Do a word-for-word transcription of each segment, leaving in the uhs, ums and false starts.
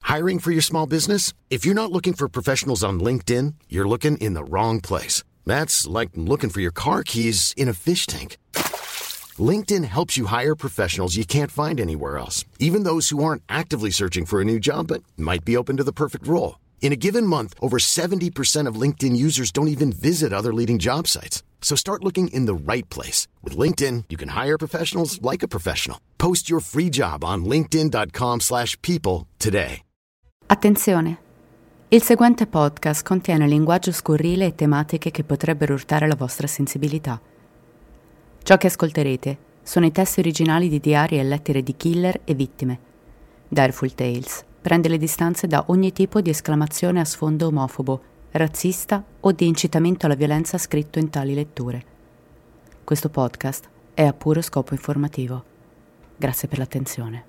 Hiring for your small business? If you're not looking for professionals on LinkedIn, you're looking in the wrong place. That's like looking for your car keys in a fish tank. LinkedIn helps you hire professionals you can't find anywhere else, even those who aren't actively searching for a new job but might be open to the perfect role. In a given month, over seventy percent of LinkedIn users don't even visit other leading job sites. So start looking in the right place. With LinkedIn, you can hire professionals like a professional. Post your free job on linkedin.com slash people today. Attenzione! Il seguente podcast contiene linguaggio scurrile e tematiche che potrebbero urtare la vostra sensibilità. Ciò che ascolterete sono i testi originali di diari e lettere di killer e vittime. Direful Tales prende le distanze da ogni tipo di esclamazione a sfondo omofobo, razzista o di incitamento alla violenza scritto in tali letture. Questo podcast è a puro scopo informativo. Grazie per l'attenzione.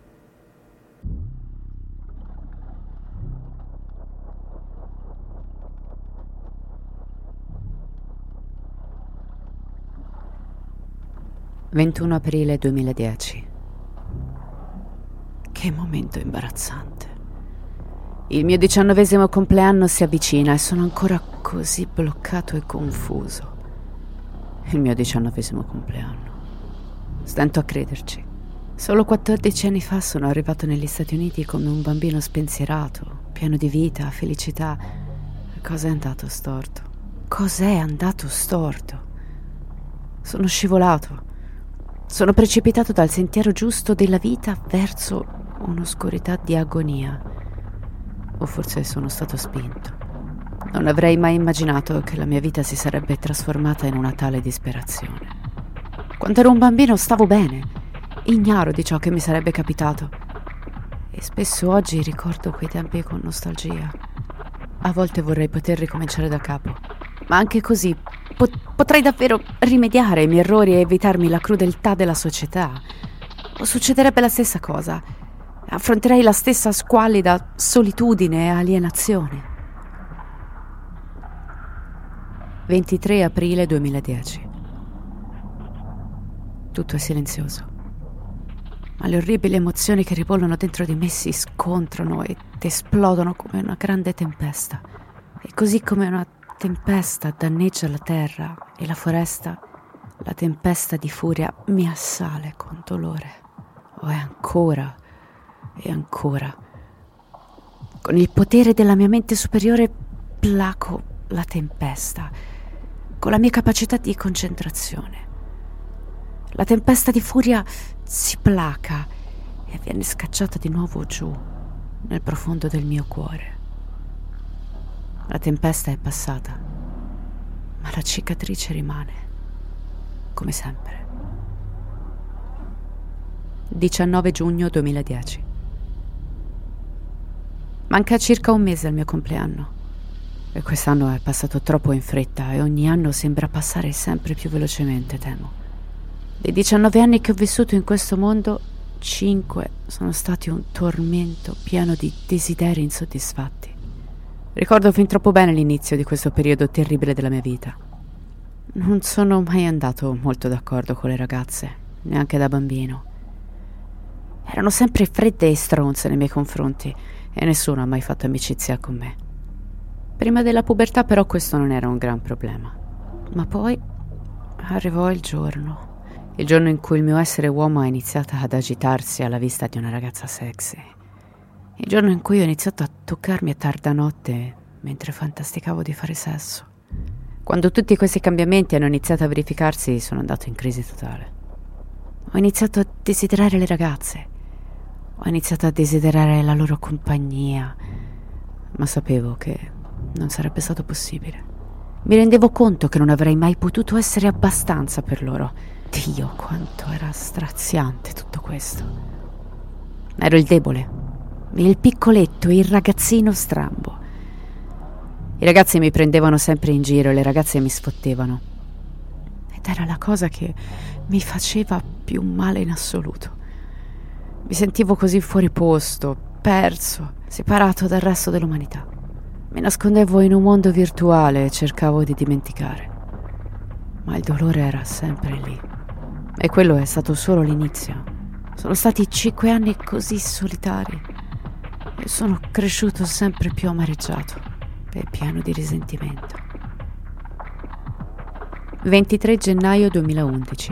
ventuno aprile duemiladieci. Che momento imbarazzante. Il mio diciannovesimo compleanno si avvicina e sono ancora così bloccato e confuso. Il mio diciannovesimo compleanno. Stento a crederci. Solo quattordici anni fa sono arrivato negli Stati Uniti come un bambino spensierato, pieno di vita, felicità. Cos'è andato storto? Cos'è andato storto? Sono scivolato. Sono precipitato dal sentiero giusto della vita verso un'oscurità di agonia. O forse sono stato spinto. Non avrei mai immaginato che la mia vita si sarebbe trasformata in una tale disperazione. Quando ero un bambino stavo bene, ignaro di ciò che mi sarebbe capitato. E spesso oggi ricordo quei tempi con nostalgia. A volte vorrei poter ricominciare da capo, ma anche così pot- potrei davvero rimediare ai miei errori e evitarmi la crudeltà della società. O succederebbe la stessa cosa. Affronterei la stessa squallida solitudine e alienazione. ventitré aprile duemiladieci. Tutto è silenzioso, ma le orribili emozioni che ribollono dentro di me si scontrano ed esplodono come una grande tempesta. E così come una tempesta danneggia la terra e la foresta, la tempesta di furia mi assale con dolore. Oh, e ancora, e ancora. Con il potere della mia mente superiore placo la tempesta, con la mia capacità di concentrazione. La tempesta di furia si placa e viene scacciata di nuovo giù, nel profondo del mio cuore. La tempesta è passata, ma la cicatrice rimane, come sempre. diciannove giugno duemiladieci. Manca circa un mese al mio compleanno. E quest'anno è passato troppo in fretta e ogni anno sembra passare sempre più velocemente, temo. Dei diciannove anni che ho vissuto in questo mondo, cinque sono stati un tormento pieno di desideri insoddisfatti. Ricordo fin troppo bene l'inizio di questo periodo terribile della mia vita. Non sono mai andato molto d'accordo con le ragazze, neanche da bambino. Erano sempre fredde e stronze nei miei confronti e nessuno ha mai fatto amicizia con me. Prima della pubertà però questo non era un gran problema. Ma poi arrivò il giorno, il giorno in cui il mio essere uomo ha iniziato ad agitarsi alla vista di una ragazza sexy. Il giorno in cui ho iniziato a toccarmi a tarda notte mentre fantasticavo di fare sesso. Quando tutti questi cambiamenti hanno iniziato a verificarsi, sono andato in crisi totale. Ho iniziato a desiderare le ragazze. Ho iniziato a desiderare la loro compagnia, ma sapevo che non sarebbe stato possibile. Mi rendevo conto che non avrei mai potuto essere abbastanza per loro. Dio, quanto era straziante tutto questo. Ero il debole, il piccoletto, il ragazzino strambo. I ragazzi mi prendevano sempre in giro e le ragazze mi sfottevano. Ed era la cosa che mi faceva più male in assoluto. Mi sentivo così fuori posto, perso, separato dal resto dell'umanità. Mi nascondevo in un mondo virtuale e cercavo di dimenticare. Ma il dolore era sempre lì. E quello è stato solo l'inizio. Sono stati cinque anni così solitari. e sono cresciuto sempre più amareggiato e pieno di risentimento. ventitré gennaio duemilaundici.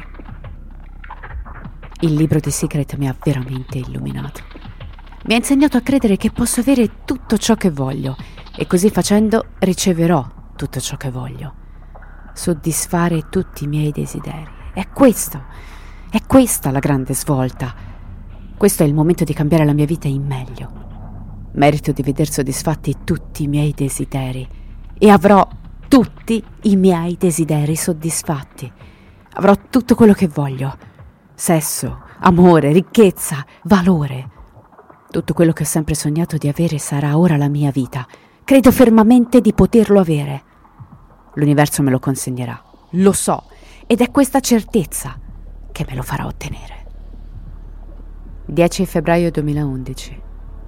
Il libro di Secret mi ha veramente illuminato. Mi ha insegnato a credere che posso avere tutto ciò che voglio e così facendo riceverò tutto ciò che voglio. Soddisfare tutti i miei desideri. È questo, è questa la grande svolta. Questo è il momento di cambiare la mia vita in meglio. Merito di veder soddisfatti tutti i miei desideri e avrò tutti i miei desideri soddisfatti. Avrò tutto quello che voglio. Sesso, amore, ricchezza, valore. Tutto quello che ho sempre sognato di avere sarà ora la mia vita. Credo fermamente di poterlo avere. L'universo me lo consegnerà, lo so, ed è questa certezza che me lo farà ottenere. dieci febbraio duemilaundici.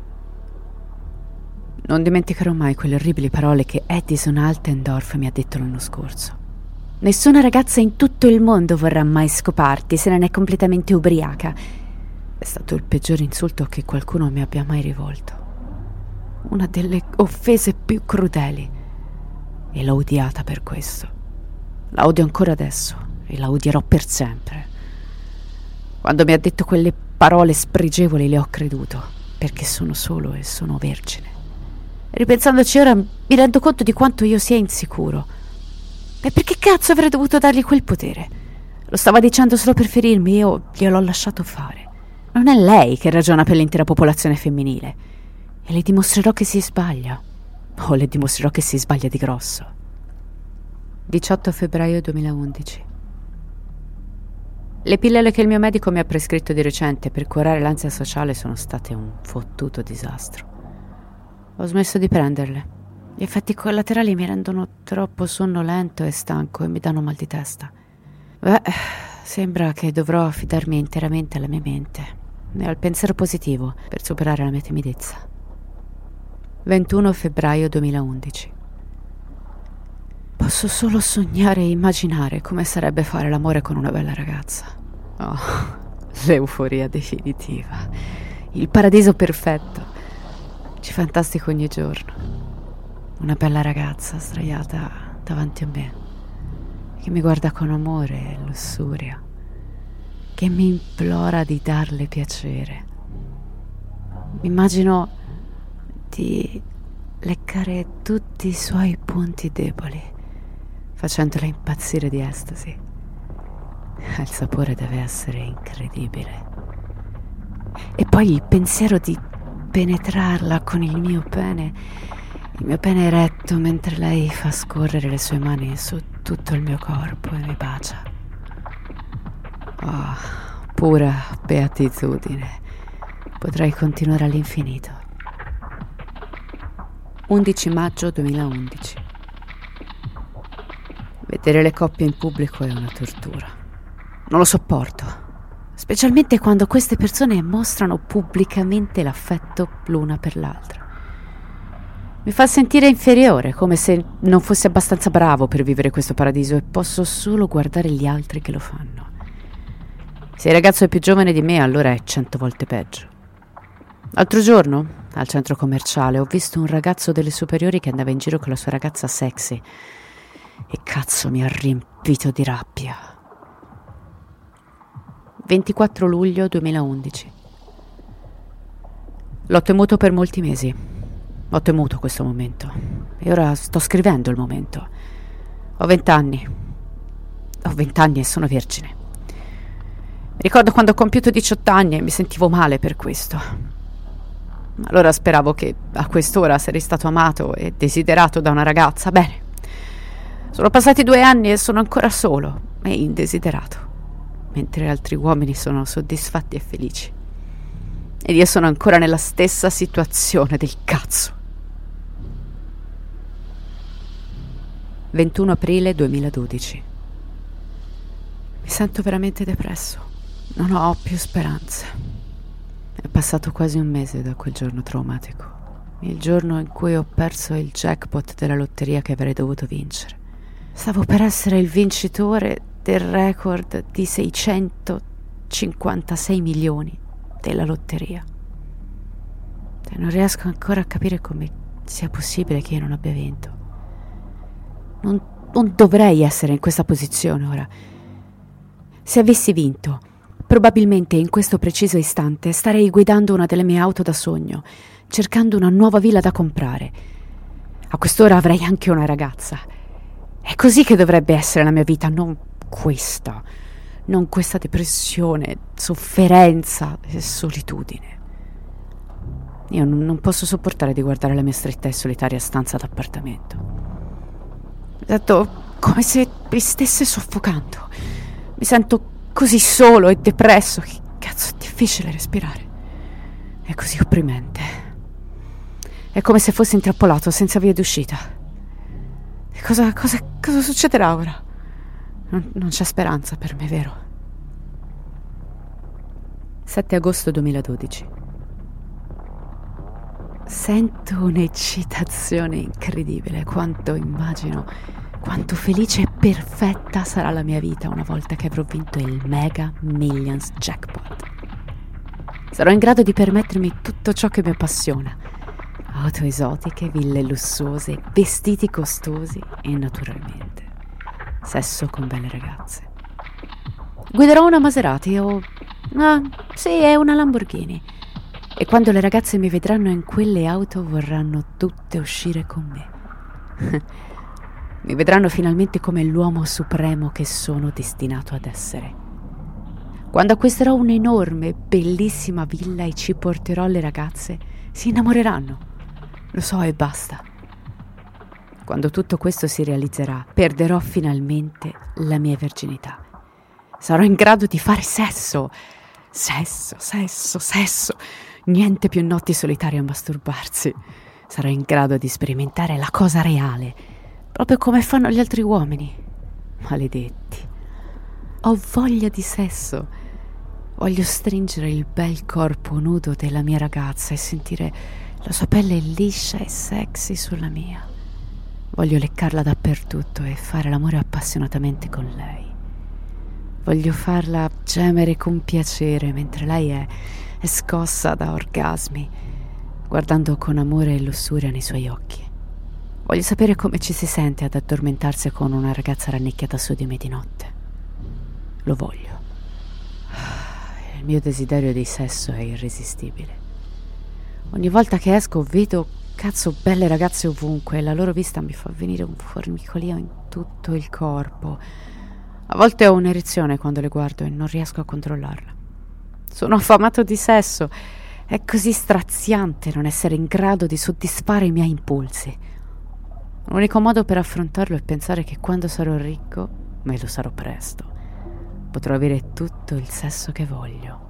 Non dimenticherò mai quelle orribili parole che Edison Altendorf mi ha detto l'anno scorso. Nessuna ragazza in tutto il mondo vorrà mai scoparti se non è completamente ubriaca. È stato il peggior insulto che qualcuno mi abbia mai rivolto. Una delle offese più crudeli. E l'ho odiata per questo. La odio ancora adesso e la odierò per sempre. Quando mi ha detto quelle parole spregevoli le ho creduto, perché sono solo e sono vergine. Ripensandoci ora mi rendo conto di quanto io sia insicuro. E perché cazzo avrei dovuto dargli quel potere? Lo stava dicendo solo per ferirmi e io gliel'ho lasciato fare. Non è lei che ragiona per l'intera popolazione femminile. E le dimostrerò che si sbaglia. O le dimostrerò che si sbaglia di grosso. diciotto febbraio duemilaundici. Le pillole che il mio medico mi ha prescritto di recente per curare l'ansia sociale sono state un fottuto disastro. Ho smesso di prenderle. Gli effetti collaterali mi rendono troppo sonnolento e stanco e mi danno mal di testa. Beh, sembra che dovrò affidarmi interamente alla mia mente e al pensiero positivo per superare la mia timidezza. ventuno febbraio duemilaundici. Posso solo sognare e immaginare come sarebbe fare l'amore con una bella ragazza. Oh, l'euforia definitiva. Il paradiso perfetto. Ci fantastico ogni giorno. Una bella ragazza sdraiata davanti a me, che mi guarda con amore e lussuria, che mi implora di darle piacere. Mi immagino di leccare tutti i suoi punti deboli, facendola impazzire di estasi. Il sapore deve essere incredibile. E poi il pensiero di penetrarla con il mio pene, il mio pene eretto, mentre lei fa scorrere le sue mani su tutto il mio corpo e mi bacia. Oh, pura beatitudine. Potrei continuare all'infinito. undici maggio duemilaundici. Vedere le coppie in pubblico è una tortura. Non lo sopporto. Specialmente quando queste persone mostrano pubblicamente l'affetto l'una per l'altra. Mi fa sentire inferiore, come se non fossi abbastanza bravo per vivere questo paradiso e posso solo guardare gli altri che lo fanno. Se il ragazzo è più giovane di me, allora è cento volte peggio. L'altro giorno, al centro commerciale, ho visto un ragazzo delle superiori che andava in giro con la sua ragazza sexy e cazzo mi ha riempito di rabbia. ventiquattro luglio duemilaundici. L'ho temuto per molti mesi. Ho temuto questo momento. E ora sto scrivendo il momento. Ho vent'anni. Ho vent'anni e sono vergine. Ricordo quando ho compiuto diciotto anni e mi sentivo male per questo. Allora speravo che a quest'ora sarei stato amato e desiderato da una ragazza. Bene. Sono passati due anni e sono ancora solo e indesiderato. Mentre altri uomini sono soddisfatti e felici. Ed io sono ancora nella stessa situazione del cazzo. ventuno aprile duemiladodici. Mi sento veramente depresso. Non ho più speranze. È passato quasi un mese da quel giorno traumatico. Il giorno in cui ho perso il jackpot della lotteria che avrei dovuto vincere. Stavo per essere il vincitore del record di seicentocinquantasei milioni della lotteria. Non riesco ancora a capire come sia possibile che io non abbia vinto. Non, non dovrei essere in questa posizione ora. Se avessi vinto, probabilmente in questo preciso istante starei guidando una delle mie auto da sogno, cercando una nuova villa da comprare. A quest'ora avrei anche una ragazza. È così che dovrebbe essere la mia vita, non questa. Non questa depressione, sofferenza e solitudine. Io non, non posso sopportare di guardare la mia stretta e solitaria stanza d'appartamento. Mi sento come se mi stesse soffocando. Mi sento così solo e depresso che cazzo è difficile respirare. È così opprimente. È come se fossi intrappolato senza via d'uscita. E cosa, cosa, cosa succederà ora? Non, non c'è speranza per me, vero? sette agosto duemiladodici. Sento un'eccitazione incredibile quanto immagino quanto felice e perfetta sarà la mia vita una volta che avrò vinto il Mega Millions Jackpot. Sarò in grado di permettermi tutto ciò che mi appassiona: auto esotiche, ville lussuose, vestiti costosi e naturalmente sesso con belle ragazze. Guiderò una Maserati o... ah, sì, è una Lamborghini. E quando le ragazze mi vedranno in quelle auto vorranno tutte uscire con me. Mi vedranno finalmente come l'uomo supremo che sono destinato ad essere. Quando acquisterò un'enorme, bellissima villa e ci porterò le ragazze, si innamoreranno. Lo so e basta. Quando tutto questo si realizzerà, perderò finalmente la mia verginità. Sarò in grado di fare sesso. Sesso, sesso, sesso. Niente più notti solitarie a masturbarsi. Sarò in grado di sperimentare la cosa reale, proprio come fanno gli altri uomini. Maledetti. Ho voglia di sesso. Voglio stringere il bel corpo nudo della mia ragazza e sentire la sua pelle liscia e sexy sulla mia. Voglio leccarla dappertutto e fare l'amore appassionatamente con lei. Voglio farla gemere con piacere mentre lei è, è scossa da orgasmi, guardando con amore e lussuria nei suoi occhi. Voglio sapere come ci si sente ad addormentarsi con una ragazza rannicchiata su di me di notte. Lo voglio. Il mio desiderio di sesso è irresistibile. Ogni volta che esco vedo, cazzo, belle ragazze ovunque e la loro vista mi fa venire un formicolio in tutto il corpo. A volte ho un'erezione quando le guardo e non riesco a controllarla. Sono affamato di sesso. È così straziante non essere in grado di soddisfare i miei impulsi. L'unico modo per affrontarlo è pensare che quando sarò ricco, ma lo sarò presto, potrò avere tutto il sesso che voglio.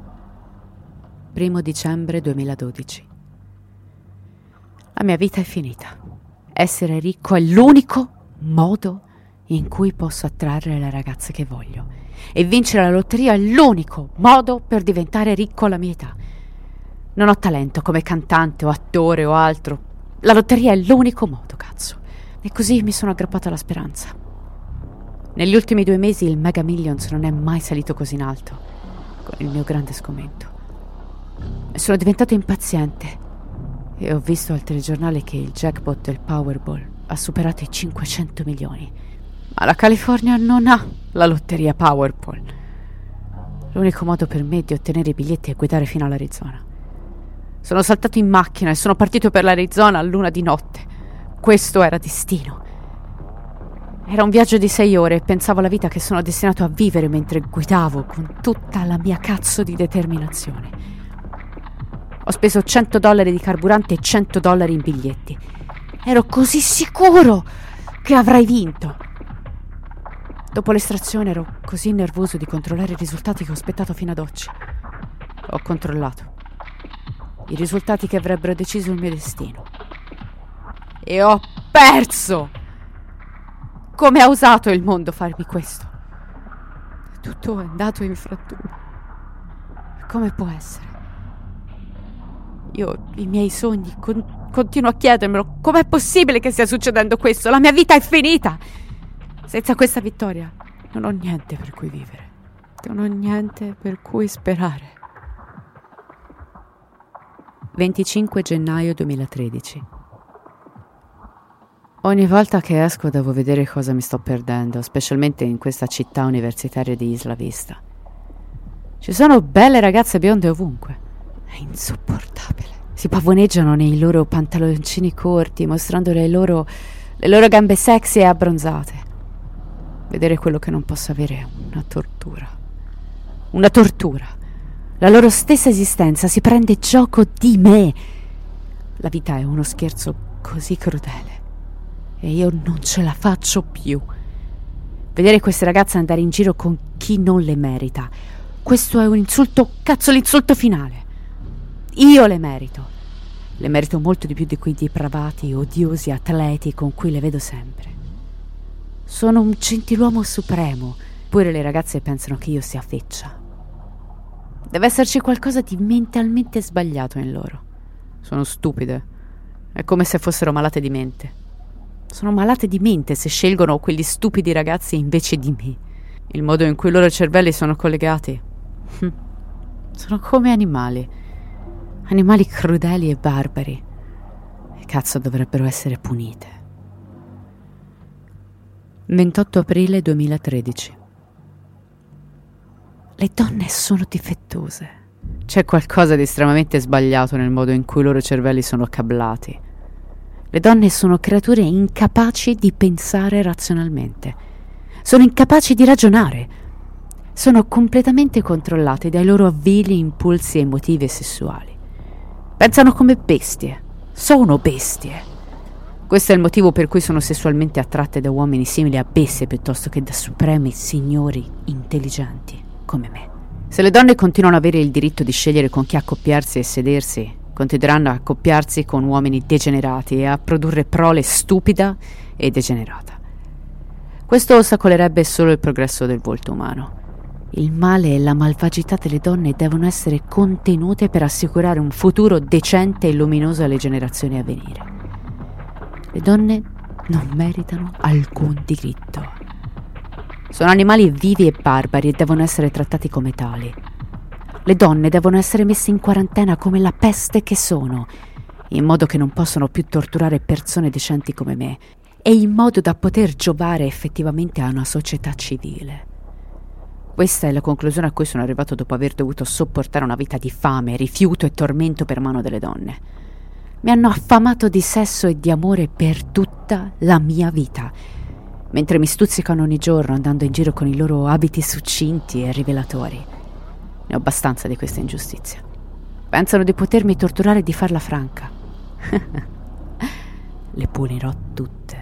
Primo dicembre duemiladodici. La mia vita è finita. Essere ricco è l'unico modo in cui posso attrarre le ragazze che voglio. E vincere la lotteria è l'unico modo per diventare ricco alla mia età. Non ho talento come cantante o attore o altro. La lotteria è l'unico modo, cazzo. E così mi sono aggrappata alla speranza. Negli ultimi due mesi il Mega Millions non è mai salito così in alto, con il mio grande sgomento. E sono diventato impaziente e ho visto al telegiornale che il jackpot del Powerball ha superato i cinquecento milioni. Ma la California non ha la lotteria Powerball. L'unico modo per me di ottenere i biglietti è guidare fino all'Arizona. Sono saltato in macchina e sono partito per l'Arizona a luna di notte. Questo era destino. Era un viaggio di sei ore e pensavo alla vita che sono destinato a vivere mentre guidavo con tutta la mia cazzo di determinazione. Ho speso cento dollari di carburante e cento dollari in biglietti. Ero così sicuro che avrei vinto. Dopo l'estrazione ero così nervoso di controllare i risultati che ho aspettato fino ad oggi. Ho controllato i risultati che avrebbero deciso il mio destino. E ho perso! Come ha osato il mondo farmi questo? Tutto è andato in frattura. Come può essere? Io, i miei sogni, con, continuo a chiedermelo. Com'è possibile che stia succedendo questo? La mia vita è finita! Senza questa vittoria non ho niente per cui vivere. Non ho niente per cui sperare. venticinque gennaio duemilatredici. Ogni volta che esco devo vedere cosa mi sto perdendo, specialmente in questa città universitaria di Isla Vista. Ci sono belle ragazze bionde ovunque. È insopportabile. Si pavoneggiano nei loro pantaloncini corti, mostrando le loro, le loro gambe sexy e abbronzate. Vedere quello che non posso avere è una tortura. Una tortura. La loro stessa esistenza si prende gioco di me. La vita è uno scherzo così crudele e io non ce la faccio più. Vedere queste ragazze andare in giro con chi non le merita. Questo è un insulto, cazzo, l'insulto finale. Io le merito. Le merito molto di più di quei depravati, odiosi atleti con cui le vedo sempre. Sono un gentiluomo supremo, pure le ragazze pensano che io sia feccia. Deve esserci qualcosa di mentalmente sbagliato in loro. Sono stupide. È come se fossero malate di mente. Sono malate di mente se scelgono quegli stupidi ragazzi invece di me. Il modo in cui i loro cervelli sono collegati. Sono come animali. Animali crudeli e barbari. E cazzo dovrebbero essere punite. ventotto aprile duemilatredici. Le donne sono difettose. C'è qualcosa di estremamente sbagliato nel modo in cui i loro cervelli sono cablati. Le donne sono creature incapaci di pensare razionalmente. Sono incapaci di ragionare. Sono completamente controllate dai loro vili impulsi emotivi e sessuali. Pensano come bestie. Sono bestie. Questo è il motivo per cui sono sessualmente attratte da uomini simili a bestie piuttosto che da supremi signori intelligenti come me. Se le donne continuano ad avere il diritto di scegliere con chi accoppiarsi e sedersi, continueranno a accoppiarsi con uomini degenerati e a produrre prole stupida e degenerata. Questo ostacolerebbe solo il progresso del volto umano. Il male e la malvagità delle donne devono essere contenute per assicurare un futuro decente e luminoso alle generazioni a venire. Le donne non meritano alcun diritto. Sono animali vivi e barbari e devono essere trattati come tali. Le donne devono essere messe in quarantena come la peste che sono, in modo che non possano più torturare persone decenti come me e in modo da poter giovare effettivamente a una società civile. Questa è la conclusione a cui sono arrivato dopo aver dovuto sopportare una vita di fame, rifiuto e tormento per mano delle donne. Mi hanno affamato di sesso e di amore per tutta la mia vita, mentre mi stuzzicano ogni giorno andando in giro con i loro abiti succinti e rivelatori. Ne ho abbastanza di questa ingiustizia. Pensano di potermi torturare e di farla franca. Le punirò tutte.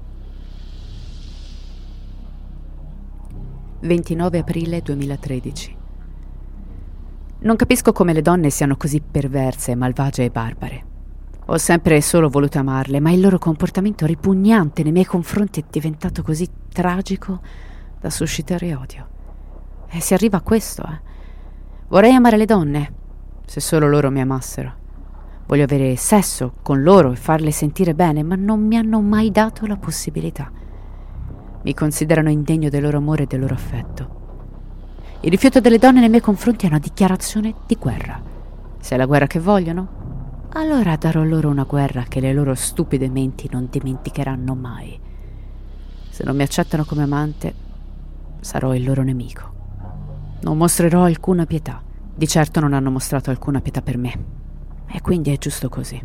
ventinove aprile duemilatredici. Non capisco come le donne siano così perverse, malvagie e barbare. Ho sempre e solo voluto amarle, ma il loro comportamento ripugnante nei miei confronti è diventato così tragico da suscitare odio. E si arriva a questo, eh. Vorrei amare le donne, se solo loro mi amassero. Voglio avere sesso con loro e farle sentire bene, ma non mi hanno mai dato la possibilità. Mi considerano indegno del loro amore e del loro affetto. Il rifiuto delle donne nei miei confronti è una dichiarazione di guerra. Se è la guerra che vogliono, allora darò loro una guerra che le loro stupide menti non dimenticheranno mai. Se non mi accettano come amante, sarò il loro nemico. Non mostrerò alcuna pietà. Di certo non hanno mostrato alcuna pietà per me. E quindi è giusto così.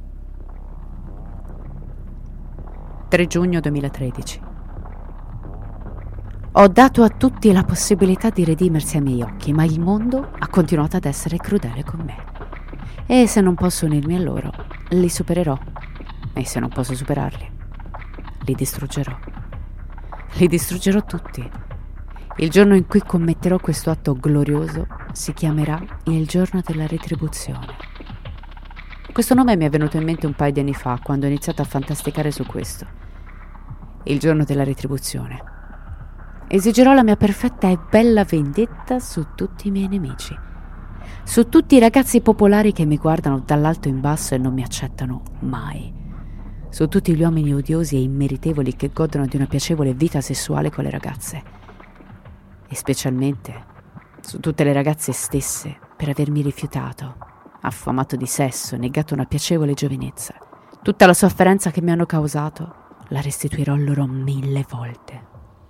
tre giugno duemilatredici. Ho dato a tutti la possibilità di redimersi ai miei occhi, ma il mondo ha continuato ad essere crudele con me. E se non posso unirmi a loro, li supererò. E se non posso superarli, li distruggerò. Li distruggerò tutti. Il giorno in cui commetterò questo atto glorioso si chiamerà il giorno della retribuzione. Questo nome mi è venuto in mente un paio di anni fa, quando ho iniziato a fantasticare su questo. Il giorno della retribuzione. Esigerò la mia perfetta e bella vendetta su tutti i miei nemici. Su tutti i ragazzi popolari che mi guardano dall'alto in basso e non mi accettano mai. Su tutti gli uomini odiosi e immeritevoli che godono di una piacevole vita sessuale con le ragazze. E specialmente su tutte le ragazze stesse per avermi rifiutato, affamato di sesso, negato una piacevole giovinezza. Tutta la sofferenza che mi hanno causato la restituirò loro mille volte.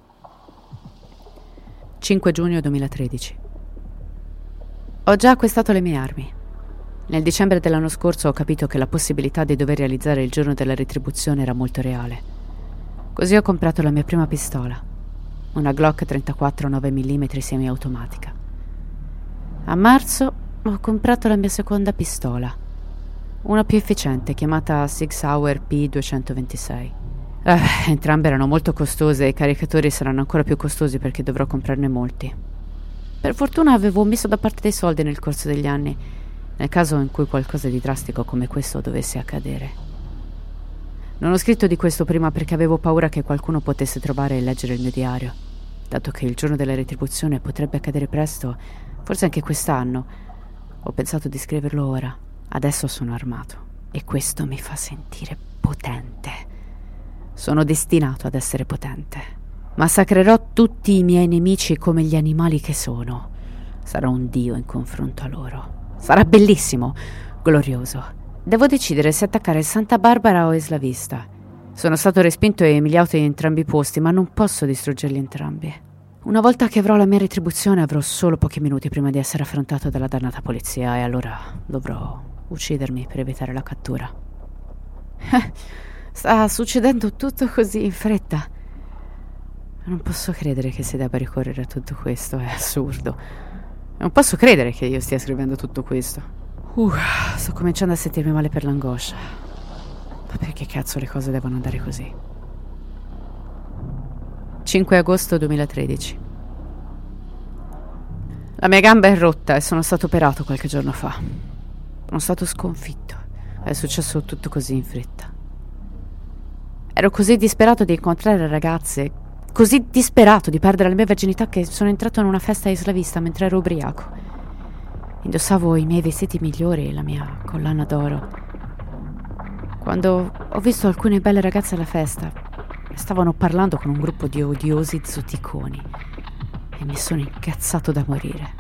cinque giugno duemilatredici. Ho già acquistato le mie armi. Nel dicembre dell'anno scorso ho capito che la possibilità di dover realizzare il giorno della retribuzione era molto reale. Così ho comprato la mia prima pistola, una Glock trentaquattro nove millimetri semiautomatica. A marzo ho comprato la mia seconda pistola, una più efficiente chiamata Sig Sauer P duecentoventisei. Eh, entrambe erano molto costose e i caricatori saranno ancora più costosi perché dovrò comprarne molti. Per fortuna avevo messo da parte dei soldi nel corso degli anni, nel caso in cui qualcosa di drastico come questo dovesse accadere. Non ho scritto di questo prima perché avevo paura che qualcuno potesse trovare e leggere il mio diario. Dato che il giorno della retribuzione potrebbe accadere presto, forse anche quest'anno, ho pensato di scriverlo ora. Adesso sono armato e questo mi fa sentire potente. Sono destinato ad essere potente. Massacrerò tutti i miei nemici come gli animali che sono. Sarò un dio in confronto a loro. Sarà bellissimo, glorioso. Devo decidere se attaccare Santa Barbara o Isla Vista. Sono stato respinto e umiliato in entrambi i posti, ma non posso distruggerli entrambi. Una volta che avrò la mia retribuzione avrò solo pochi minuti prima di essere affrontato dalla dannata polizia e allora dovrò uccidermi per evitare la cattura. Sta succedendo tutto così in fretta. Non posso credere che si debba ricorrere a tutto questo, è assurdo. Non posso credere che io stia scrivendo tutto questo. Uh, sto cominciando a sentirmi male per l'angoscia. Ma perché cazzo le cose devono andare così? cinque agosto duemilatredici. La mia gamba è rotta e sono stato operato qualche giorno fa. Sono stato sconfitto. È successo tutto così in fretta. Ero così disperato di incontrare ragazze, così disperato di perdere la mia virginità che sono entrato in una festa a Isla Vista mentre ero ubriaco. Indossavo i miei vestiti migliori e la mia collana d'oro. Quando ho visto alcune belle ragazze alla festa, stavano parlando con un gruppo di odiosi zoticoni e mi sono incazzato da morire.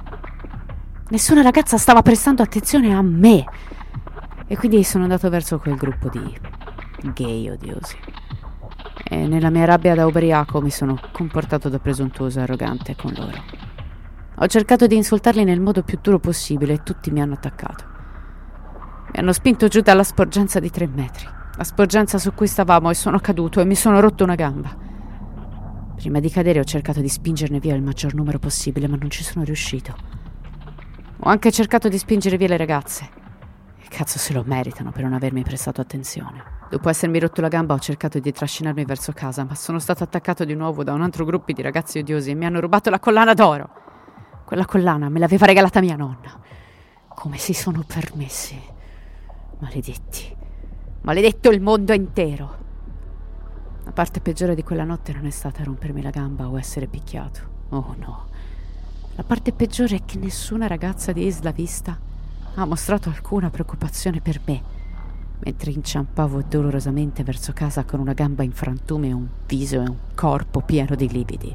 Nessuna ragazza stava prestando attenzione a me e quindi sono andato verso quel gruppo di gay odiosi. E nella mia rabbia da ubriaco mi sono comportato da presuntuoso e arrogante con loro. Ho cercato di insultarli nel modo più duro possibile e tutti mi hanno attaccato. Mi hanno spinto giù dalla sporgenza di tre metri, la sporgenza su cui stavamo, e sono caduto e mi sono rotto una gamba. Prima di cadere ho cercato di spingerne via il maggior numero possibile, ma non ci sono riuscito. Ho anche cercato di spingere via le ragazze. Che cazzo se lo meritano per non avermi prestato attenzione. Dopo essermi rotto la gamba ho cercato di trascinarmi verso casa, ma sono stato attaccato di nuovo da un altro gruppo di ragazzi odiosi e mi hanno rubato la collana d'oro. Quella collana me l'aveva regalata mia nonna. Come si sono permessi? Maledetti. Maledetto il mondo intero. La parte peggiore di quella notte non è stata rompermi la gamba o essere picchiato. Oh no. La parte peggiore è che nessuna ragazza di Isla Vista ha mostrato alcuna preoccupazione per me, mentre inciampavo dolorosamente verso casa con una gamba in frantume e un viso e un corpo pieno di lividi.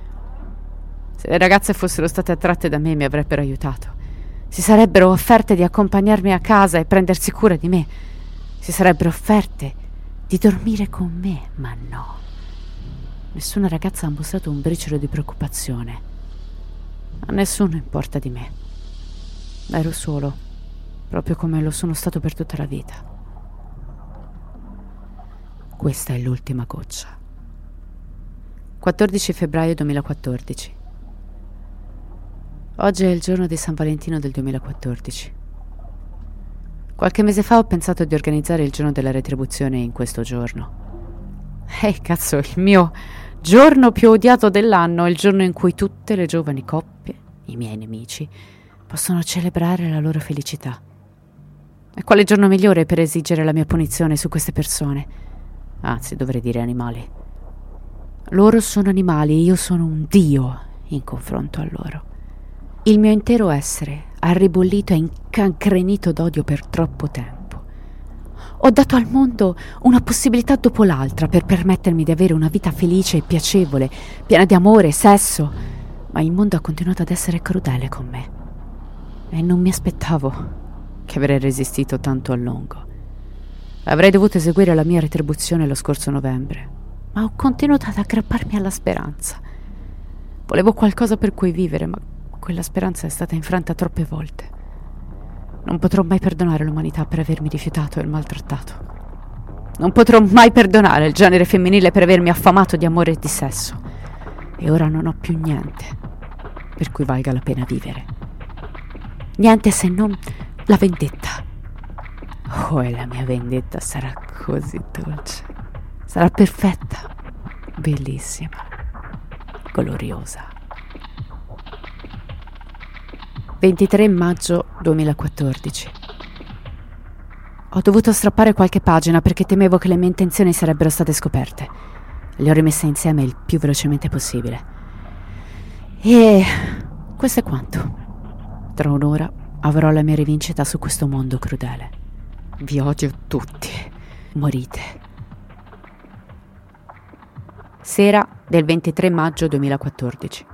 Se le ragazze fossero state attratte da me mi avrebbero aiutato. Si sarebbero offerte di accompagnarmi a casa e prendersi cura di me. Si sarebbero offerte di dormire con me, ma no. Nessuna ragazza ha mostrato un briciolo di preoccupazione. A nessuno importa di me. Ero solo, proprio come lo sono stato per tutta la vita. Questa è l'ultima goccia. quattordici febbraio duemilaquattordici. Oggi è il giorno di San Valentino del duemilaquattordici. Qualche mese fa ho pensato di organizzare il giorno della retribuzione in questo giorno. Eh, cazzo, il mio giorno più odiato dell'anno è il giorno in cui tutte le giovani coppie, i miei nemici, possono celebrare la loro felicità. E quale giorno migliore per esigere la mia punizione su queste persone? Anzi, dovrei dire animali. Loro sono animali e io sono un dio in confronto a loro. Il mio intero essere ha ribollito e incancrenito d'odio per troppo tempo. Ho dato al mondo una possibilità dopo l'altra per permettermi di avere una vita felice e piacevole, piena di amore e sesso, ma il mondo ha continuato ad essere crudele con me. E non mi aspettavo, che avrei resistito tanto a lungo. Avrei dovuto eseguire la mia retribuzione lo scorso novembre, ma ho continuato ad aggrapparmi alla speranza. Volevo qualcosa per cui vivere, ma quella speranza è stata infranta troppe volte. Non potrò mai perdonare l'umanità per avermi rifiutato e maltrattato. Non potrò mai perdonare il genere femminile per avermi affamato di amore e di sesso. E ora non ho più niente per cui valga la pena vivere. Niente se non la vendetta. Oh, e la mia vendetta sarà così dolce. Sarà perfetta, bellissima, gloriosa. ventitré maggio duemilaquattordici. Ho dovuto strappare qualche pagina perché temevo che le mie intenzioni sarebbero state scoperte. Le ho rimesse insieme il più velocemente possibile. E questo è quanto. Tra un'ora avrò la mia rivincita su questo mondo crudele. Vi odio tutti. Morite. Sera del ventitré maggio duemilaquattordici.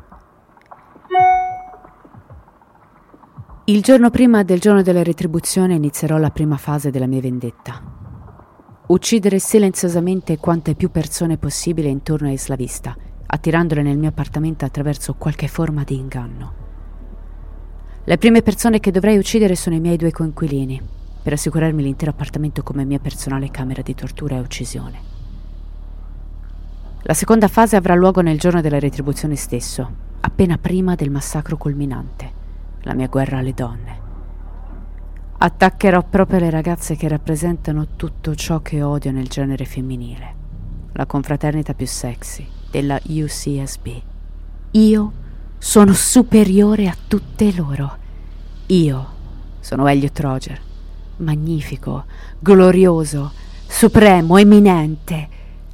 Il giorno prima del giorno della retribuzione inizierò la prima fase della mia vendetta. Uccidere silenziosamente quante più persone possibile intorno a Isla Vista, attirandole nel mio appartamento attraverso qualche forma di inganno. Le prime persone che dovrei uccidere sono i miei due coinquilini, per assicurarmi l'intero appartamento come mia personale camera di tortura e uccisione. La seconda fase avrà luogo nel giorno della retribuzione stesso, appena prima del massacro culminante, la mia guerra alle donne. Attaccherò proprio le ragazze che rappresentano tutto ciò che odio nel genere femminile, la confraternita più sexy della U C S B. Io sono superiore a tutte loro. Io sono Elliot Rodger, magnifico, glorioso, supremo, eminente,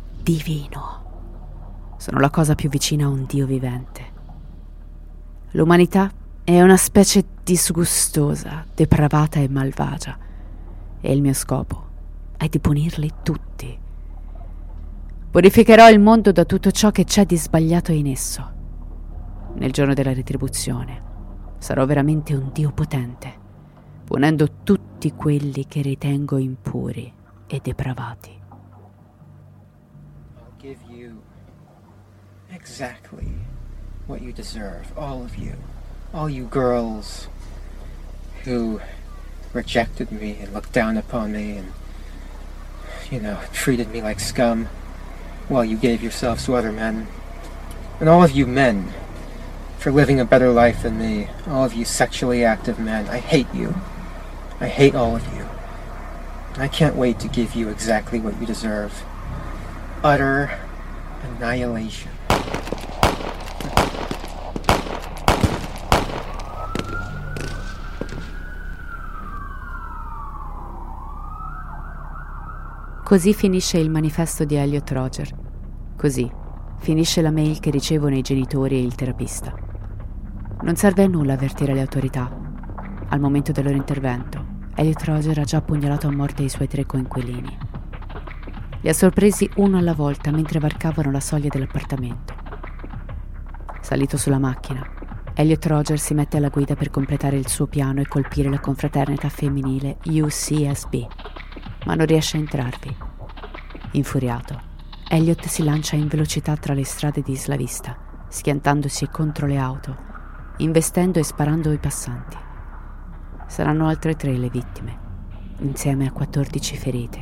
divino. Sono la cosa più vicina a un Dio vivente. L'umanità è una specie disgustosa, depravata e malvagia, e il mio scopo è di punirli tutti. Purificherò il mondo da tutto ciò che c'è di sbagliato in esso. Nel giorno della retribuzione sarò veramente un Dio potente, punendo tutti quelli che ritengo impuri e depravati. I'll give you exactly what you deserve, all of you. All you girls who rejected me and looked down upon me and, you know, treated me like scum while you gave yourselves to other men. And all of you men for living a better life than me. All of you sexually active men. I hate you. I hate all of you. And I can't wait to give you exactly what you deserve. Utter annihilation. Così finisce il manifesto di Elliot Rodger. Così finisce la mail che ricevono i genitori e il terapista. Non serve a nulla avvertire le autorità. Al momento del loro intervento, Elliot Rodger ha già pugnalato a morte i suoi tre coinquilini. Li ha sorpresi uno alla volta mentre varcavano la soglia dell'appartamento. Salito sulla macchina, Elliot Rodger si mette alla guida per completare il suo piano e colpire la confraternita femminile U C S B, ma non riesce a entrarvi. Infuriato, Elliot si lancia in velocità tra le strade di Isla Vista, schiantandosi contro le auto, investendo e sparando ai passanti. Saranno altre tre le vittime, insieme a quattordici ferite.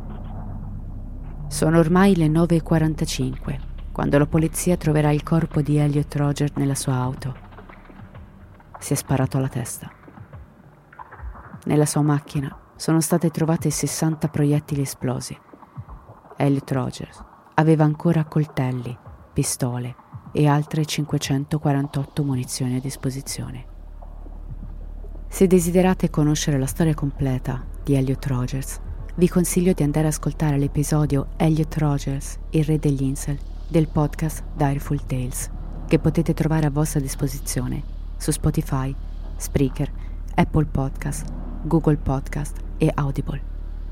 Sono ormai le nove e quarantacinque, quando la polizia troverà il corpo di Elliot Rodger nella sua auto. Si è sparato alla testa. Nella sua macchina sono state trovate sessanta proiettili esplosi. Elliot Rodger aveva ancora coltelli, pistole e altre cinquecentoquarantotto munizioni a disposizione. Se desiderate conoscere la storia completa di Elliot Rodger, vi consiglio di andare ad ascoltare l'episodio Elliot Rodger, il re degli incel, del podcast Direful Tales, che potete trovare a vostra disposizione su Spotify, Spreaker, Apple Podcast, Google Podcast e Audible.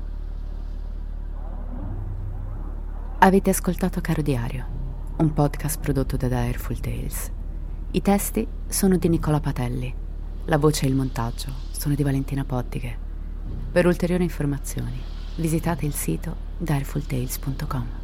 Avete ascoltato Caro Diario, un podcast prodotto da Direful Tales. I testi sono di Nicola Patelli, la voce e il montaggio sono di Valentina Poddighe. Per ulteriori informazioni visitate il sito direful tales punto com.